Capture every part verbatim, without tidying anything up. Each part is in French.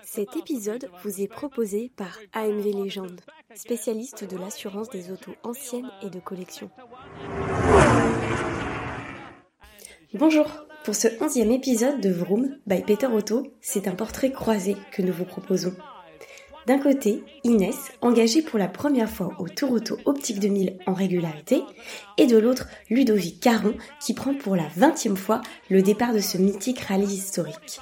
Cet épisode vous est proposé par A M V Légende, spécialiste de l'assurance des autos anciennes et de collection. Bonjour, pour ce onzième épisode de Vroom by Peter Auto, c'est un portrait croisé que nous vous proposons. D'un côté, Inès, engagée pour la première fois au Tour Auto Optique deux mille en régularité, et de l'autre, Ludovic Caron, qui prend pour la vingtième fois le départ de ce mythique rallye historique.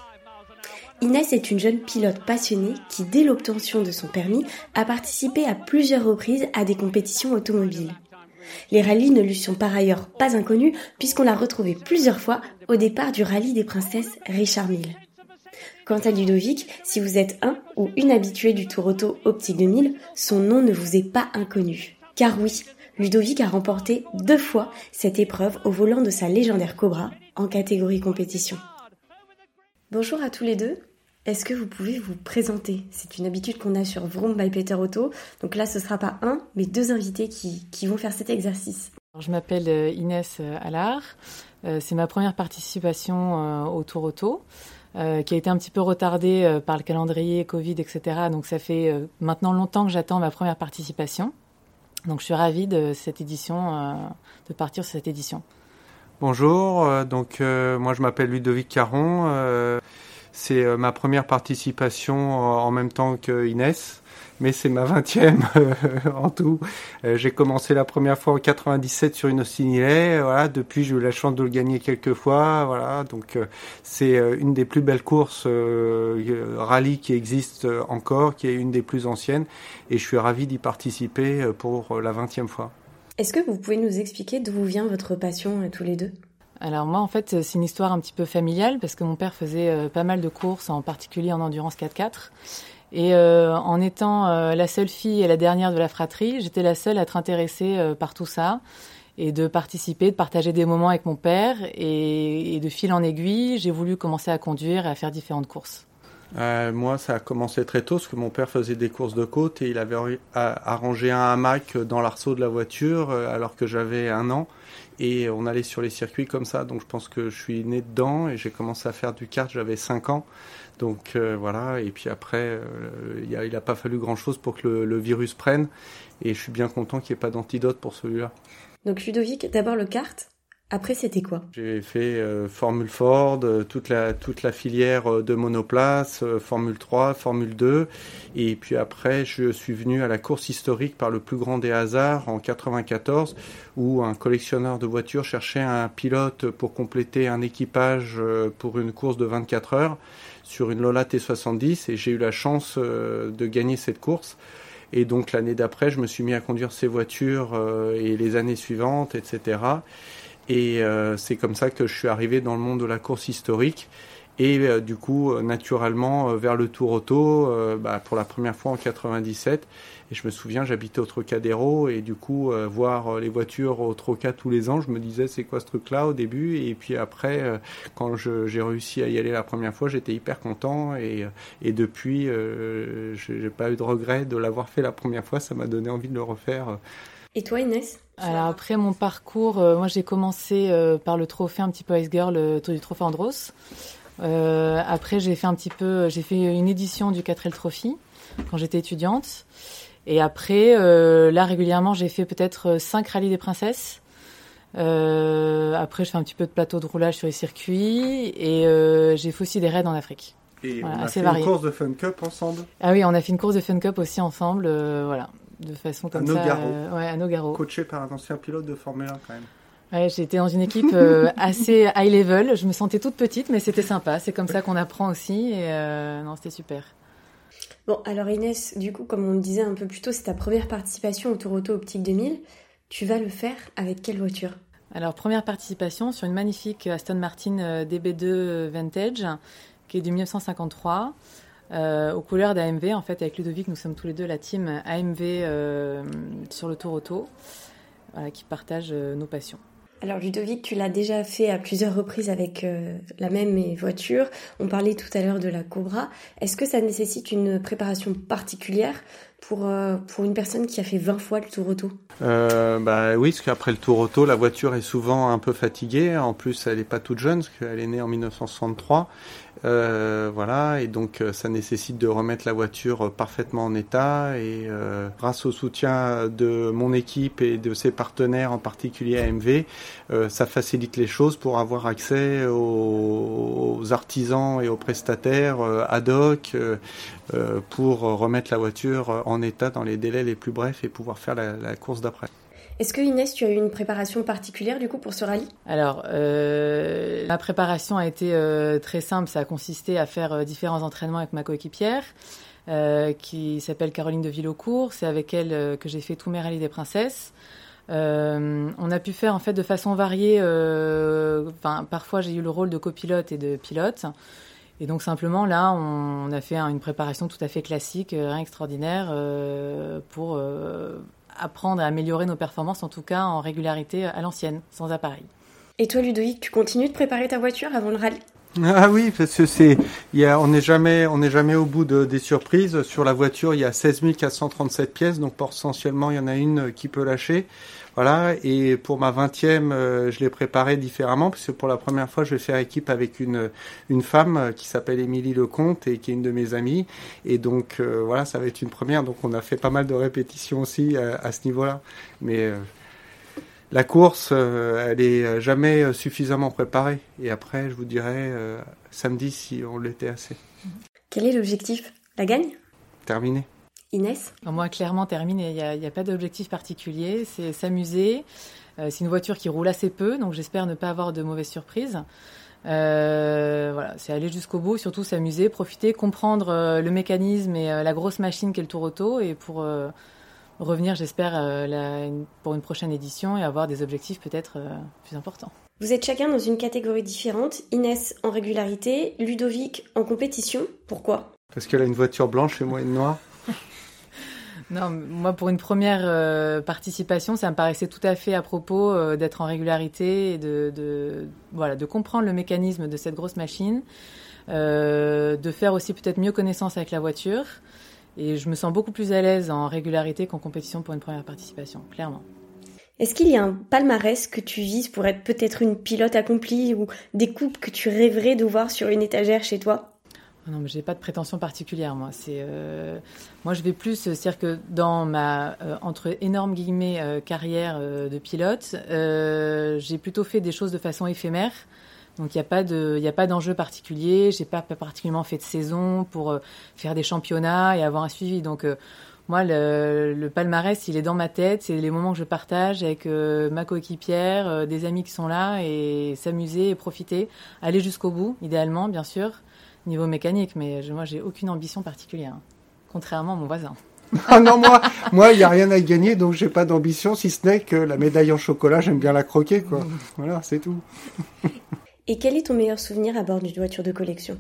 Inès est une jeune pilote passionnée qui, dès l'obtention de son permis, a participé à plusieurs reprises à des compétitions automobiles. Les rallyes ne lui sont par ailleurs pas inconnus puisqu'on l'a retrouvée plusieurs fois au départ du rallye des princesses Richard Mille. Quant à Ludovic, si vous êtes un ou une habituée du Tour Auto Optique deux mille, son nom ne vous est pas inconnu. Car oui, Ludovic a remporté deux fois cette épreuve au volant de sa légendaire Cobra en catégorie compétition. Bonjour à tous les deux. Est-ce que vous pouvez vous présenter ? C'est une habitude qu'on a sur Vroom by Peter Auto. Donc là, ce ne sera pas un, mais deux invités qui, qui vont faire cet exercice. Je m'appelle Inès Allard. C'est ma première participation au Tour Auto, qui a été un petit peu retardée par le calendrier Covid, et cetera. Donc ça fait maintenant longtemps que j'attends ma première participation. Donc je suis ravie de cette édition, de partir sur cette édition. Bonjour, donc euh, moi je m'appelle Ludovic Caron. Euh, C'est euh, ma première participation euh, en même temps que Inès, mais c'est ma vingtième euh, en tout. Euh, j'ai commencé la première fois en quatre-vingt-dix-sept sur une Austin Healey. Voilà, depuis j'ai eu la chance de le gagner quelques fois. Voilà, donc euh, c'est euh, une des plus belles courses euh, rallye qui existe encore, qui est une des plus anciennes, et je suis ravi d'y participer pour la vingtième fois. Est-ce que vous pouvez nous expliquer d'où vient votre passion tous les deux ? Alors moi, en fait, c'est une histoire un petit peu familiale parce que mon père faisait euh, pas mal de courses, en particulier en endurance quatre-quatre. Et euh, en étant euh, la seule fille et la dernière de la fratrie, j'étais la seule à être intéressée euh, par tout ça et de participer, de partager des moments avec mon père. Et, et de fil en aiguille, j'ai voulu commencer à conduire et à faire différentes courses. Euh, moi, ça a commencé très tôt parce que mon père faisait des courses de côte et il avait arrangé un hamac dans l'arceau de la voiture euh, alors que j'avais un an. Et on allait sur les circuits comme ça, donc je pense que je suis né dedans et j'ai commencé à faire du kart, j'avais cinq ans. Donc euh, voilà, et puis après, euh, il a, il a pas fallu grand-chose pour que le, le virus prenne. Et je suis bien content qu'il n'y ait pas d'antidote pour celui-là. Donc Ludovic, d'abord le kart, après c'était quoi ? J'ai fait euh, Formule Ford, euh, toute la toute la filière euh, de monoplace, euh, Formule trois, Formule deux, et puis après je suis venu à la course historique par le plus grand des hasards en quatre-vingt-quatorze, où un collectionneur de voitures cherchait un pilote pour compléter un équipage euh, pour une course de vingt-quatre heures sur une Lola T soixante-dix, et j'ai eu la chance euh, de gagner cette course. Et donc l'année d'après, je me suis mis à conduire ces voitures euh, et les années suivantes, et cetera. Et euh, c'est comme ça que je suis arrivé dans le monde de la course historique et euh, du coup euh, naturellement euh, vers le Tour Auto euh, bah, pour la première fois en quatre-vingt-dix-sept. Et je me souviens, j'habitais au Trocadéro et du coup euh, voir les voitures au Troca tous les ans, je me disais c'est quoi ce truc-là au début, et puis après euh, quand je, j'ai réussi à y aller la première fois, j'étais hyper content et, et depuis euh, j'ai pas eu de regret de l'avoir fait la première fois, ça m'a donné envie de le refaire. Et toi Inès ? Alors après mon parcours, euh, moi j'ai commencé euh, par le trophée un petit peu Ice Girl, le tour du trophée Andros. Euh, après j'ai fait un petit peu, j'ai fait une édition du quatre L Trophy quand j'étais étudiante. Et après, euh, là régulièrement j'ai fait peut-être cinq rallyes des princesses. Euh, après je fais un petit peu de plateau de roulage sur les circuits et euh, j'ai fait aussi des raids en Afrique. Et voilà, on a assez fait varié. Une course de Fun Cup ensemble. Ah oui, on a fait une course de Fun Cup aussi ensemble, euh, voilà. De façon comme à ça, Nogaro. Euh, ouais, à Nogaro. Coaché par un ancien pilote de Formule un quand même. Ouais, j'étais dans une équipe euh, assez high level. Je me sentais toute petite, mais c'était sympa. C'est comme ça qu'on apprend aussi. Et euh, non, c'était super. Bon, alors Inès, du coup, comme on le disait un peu plus tôt, c'est ta première participation au Tour Auto Optique deux mille. Tu vas le faire avec quelle voiture ? Alors, première participation sur une magnifique Aston Martin D B deux Vantage, qui est de dix-neuf cent cinquante-trois. Euh, aux couleurs d'A M V, en fait, avec Ludovic, nous sommes tous les deux la team A M V euh, sur le Tour Auto, voilà, qui partage euh, nos passions. Alors Ludovic, tu l'as déjà fait à plusieurs reprises avec euh, la même voiture. On parlait tout à l'heure de la Cobra. Est-ce que ça nécessite une préparation particulière pour, euh, pour une personne qui a fait vingt fois le tour auto? euh, bah oui, parce qu'après le tour auto, la voiture est souvent un peu fatiguée. En plus, elle n'est pas toute jeune, parce qu'elle est née en dix-neuf cent soixante-trois. Euh, voilà, et donc euh, ça nécessite de remettre la voiture euh, parfaitement en état. Et euh, grâce au soutien de mon équipe et de ses partenaires, en particulier A M V, euh, ça facilite les choses pour avoir accès aux, aux artisans et aux prestataires euh, ad hoc euh, euh, pour remettre la voiture en état dans les délais les plus brefs et pouvoir faire la, la course d'après. Est-ce que Inès, tu as eu une préparation particulière du coup pour ce rallye? Alors, euh, ma préparation a été euh, très simple. Ça a consisté à faire euh, différents entraînements avec ma coéquipière, euh, qui s'appelle Caroline de Villaucourt. C'est avec elle euh, que j'ai fait tous mes rallyes des princesses. Euh, on a pu faire en fait de façon variée. Euh, enfin, parfois, j'ai eu le rôle de copilote et de pilote. Et donc simplement là, on a fait une préparation tout à fait classique, rien extraordinaire, euh, pour euh, apprendre à améliorer nos performances, en tout cas en régularité à l'ancienne, sans appareil. Et toi Ludovic, tu continues de préparer ta voiture avant le rallye? Ah oui, parce que c'est, il y a, on n'est jamais, on n'est jamais au bout de, des surprises. Sur la voiture, il y a seize mille quatre cent trente-sept pièces, donc potentiellement il y en a une qui peut lâcher. Voilà, et pour ma vingtième, euh, je l'ai préparée différemment, puisque pour la première fois, je vais faire équipe avec une une femme qui s'appelle Émilie Lecomte et qui est une de mes amies. Et donc euh, voilà, ça va être une première. Donc on a fait pas mal de répétitions aussi euh, à ce niveau-là. Mais euh, la course, euh, elle est jamais suffisamment préparée. Et après, je vous dirai euh, samedi si on l'était assez. Quel est l'objectif? La gagne? Terminé. Inès? Moi, clairement, terminé. Il n'y a, il y a pas d'objectif particulier. C'est s'amuser. Euh, c'est une voiture qui roule assez peu, donc j'espère ne pas avoir de mauvaises surprises. Euh, voilà, c'est aller jusqu'au bout, surtout s'amuser, profiter, comprendre euh, le mécanisme et euh, la grosse machine qu'est le tour auto, et pour euh, revenir, j'espère, euh, la, une, pour une prochaine édition et avoir des objectifs peut-être euh, plus importants. Vous êtes chacun dans une catégorie différente. Inès en régularité, Ludovic en compétition. Pourquoi? Parce qu'elle a une voiture blanche et moi une noire. Non, moi pour une première euh, participation, ça me paraissait tout à fait à propos euh, d'être en régularité et de, de voilà de comprendre le mécanisme de cette grosse machine, euh, de faire aussi peut-être mieux connaissance avec la voiture. Et je me sens beaucoup plus à l'aise en régularité qu'en compétition pour une première participation, clairement. Est-ce qu'il y a un palmarès que tu vises pour être peut-être une pilote accomplie ou des coupes que tu rêverais de voir sur une étagère chez toi? Non, mais j'ai pas de prétention particulière, moi. C'est, euh, moi, je vais plus, c'est-à-dire que dans ma, euh, entre énormes guillemets, euh, carrière euh, de pilote, euh, j'ai plutôt fait des choses de façon éphémère. Donc, il n'y a pas de, il y a pas d'enjeu particulier. J'ai pas, pas particulièrement fait de saison pour euh, faire des championnats et avoir un suivi. Donc, euh, moi, le, le palmarès, il est dans ma tête. C'est les moments que je partage avec euh, ma coéquipière, euh, des amis qui sont là, et s'amuser et profiter, aller jusqu'au bout, idéalement, bien sûr. Niveau mécanique, mais je, moi, j'ai aucune ambition particulière, hein, contrairement à mon voisin. Ah non, moi, moi, il y a rien à gagner, donc j'ai pas d'ambition, si ce n'est que la médaille en chocolat, j'aime bien la croquer, quoi. Voilà, c'est tout. Et quel est ton meilleur souvenir à bord d'une voiture de collection?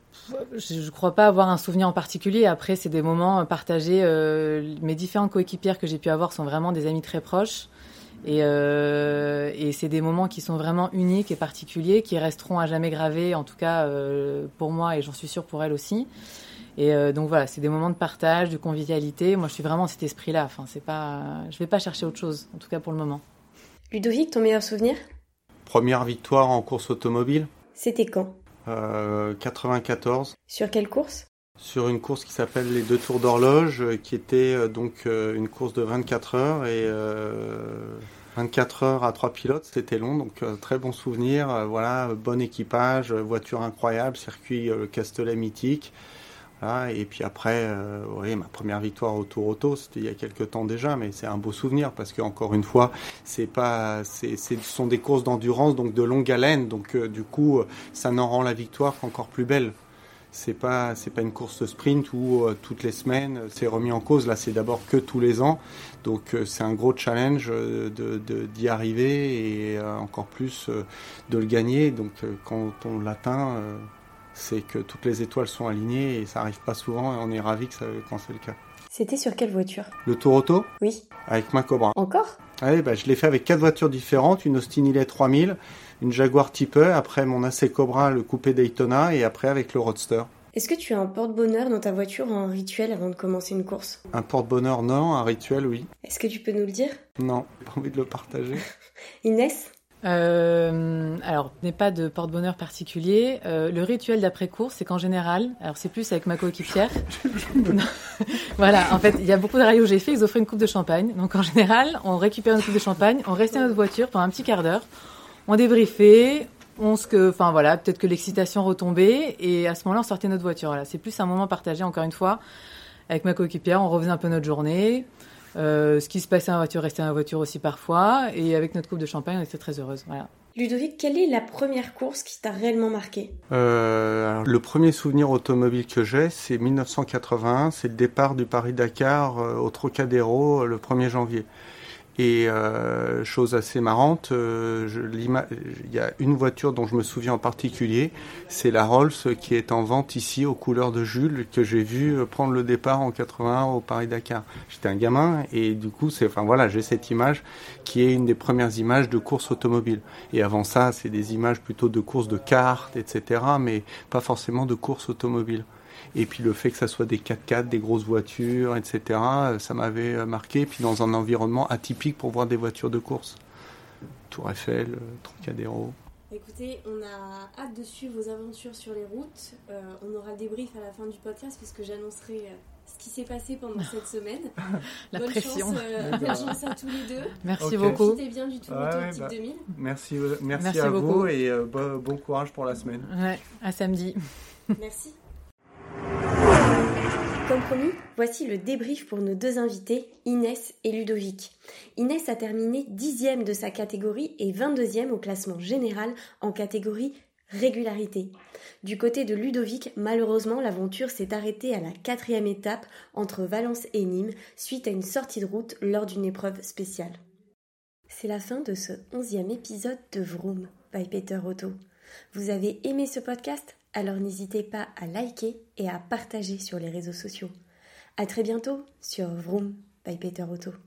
Je ne crois pas avoir un souvenir en particulier. Après, c'est des moments partagés. Euh, mes différentes coéquipières que j'ai pu avoir sont vraiment des amis très proches. Et, euh, et c'est des moments qui sont vraiment uniques et particuliers, qui resteront à jamais gravés, en tout cas euh, pour moi, et j'en suis sûre pour elle aussi. Et euh, donc voilà, c'est des moments de partage, de convivialité. Moi, je suis vraiment dans cet esprit-là. Enfin, c'est pas, je vais pas chercher autre chose, en tout cas pour le moment. Ludovic, ton meilleur souvenir? Première victoire en course automobile. C'était quand? euh, quatre-vingt-quatorze. Sur quelle course? Sur une course qui s'appelle les deux tours d'horloge, qui était euh, donc euh, une course de vingt-quatre heures et euh, vingt-quatre heures à trois pilotes, c'était long, donc euh, très bon souvenir. Euh, voilà, bon équipage, voiture incroyable, circuit euh, le Castellet mythique. Voilà, et puis après, euh, oui, ma première victoire au Tour Auto, c'était il y a quelques temps déjà, mais c'est un beau souvenir parce que encore une fois, c'est pas, c'est, c'est, ce sont des courses d'endurance, donc de longue haleine, donc euh, du coup, ça n'en rend la victoire qu'encore plus belle. C'est pas, c'est pas une course sprint où euh, toutes les semaines c'est remis en cause. Là, c'est d'abord que tous les ans, donc euh, c'est un gros challenge euh, de, de, d'y arriver et euh, encore plus euh, de le gagner. Donc euh, quand on l'atteint, euh, c'est que toutes les étoiles sont alignées et ça arrive pas souvent et on est ravis que ça, quand c'est le cas. C'était sur quelle voiture? Le Tour Auto? Oui. Avec ma Cobra. Encore? Ah oui, bah, je l'ai fait avec quatre voitures différentes, une Austin Hillet trois mille, une Jaguar Type E, après mon A C Cobra, le coupé Daytona, et après avec le Roadster. Est-ce que tu as un porte-bonheur dans ta voiture ou un rituel avant de commencer une course? Un porte-bonheur, non. Un rituel, oui. Est-ce que tu peux nous le dire? Non, j'ai pas envie de le partager. Inès? Euh, alors, je n'ai pas de porte-bonheur particulier. Euh, le rituel d'après-course, c'est qu'en général, alors c'est plus avec ma coéquipière. Voilà, en fait, il y a beaucoup de rallyes où j'ai fait, ils offraient une coupe de champagne. Donc en général, on récupère une coupe de champagne, on restait dans notre voiture pendant un petit quart d'heure, on débriefait, on se que, enfin voilà, peut-être que l'excitation retombait, et à ce moment-là, on sortait notre voiture. Voilà, c'est plus un moment partagé, encore une fois, avec ma coéquipière, on refaisait un peu notre journée. Euh, ce qui se passait en voiture restait dans la voiture aussi parfois, et avec notre coupe de champagne, on était très heureuse. Voilà. Ludovic, quelle est la première course qui t'a réellement marqué? euh, alors, Le premier souvenir automobile que j'ai, c'est mille neuf cent quatre-vingt-un, c'est le départ du Paris-Dakar euh, au Trocadéro euh, le premier janvier. Et euh, chose assez marrante, euh, je, il y a une voiture dont je me souviens en particulier, c'est la Rolls qui est en vente ici aux couleurs de Jules, que j'ai vu prendre le départ en quatre-vingt-un au Paris-Dakar. J'étais un gamin et du coup, c'est, enfin voilà, j'ai cette image qui est une des premières images de course automobile. Et avant ça, c'est des images plutôt de courses de karts, et cetera, mais pas forcément de course automobile. Et puis le fait que ça soit des quatre-quatre, des grosses voitures, et cetera, ça m'avait marqué. Puis dans un environnement atypique pour voir des voitures de course. Tour Eiffel, Trocadéro. Écoutez, on a hâte de suivre vos aventures sur les routes. Euh, on aura le débrief à la fin du podcast puisque j'annoncerai euh, ce qui s'est passé pendant cette semaine. La bonne pression. Chance, euh, bonne chance à tous les deux. Merci Okay. beaucoup. Profitez bien du Tour Ouais, Auto ouais, Type bah, deux mille. Merci, merci, Merci à beaucoup. vous et euh, bon, bon courage pour la semaine. Ouais, à samedi. Merci. Comme promis, voici le débrief pour nos deux invités, Inès et Ludovic. Inès a terminé dixième de sa catégorie et vingt-deuxième au classement général en catégorie régularité. Du côté de Ludovic, malheureusement, l'aventure s'est arrêtée à la quatrième étape entre Valence et Nîmes suite à une sortie de route lors d'une épreuve spéciale. C'est la fin de ce onzième épisode de Vroom by Peter Auto. Vous avez aimé ce podcast? Alors n'hésitez pas à liker et à partager sur les réseaux sociaux. À très bientôt sur Vroom by Peter Auto.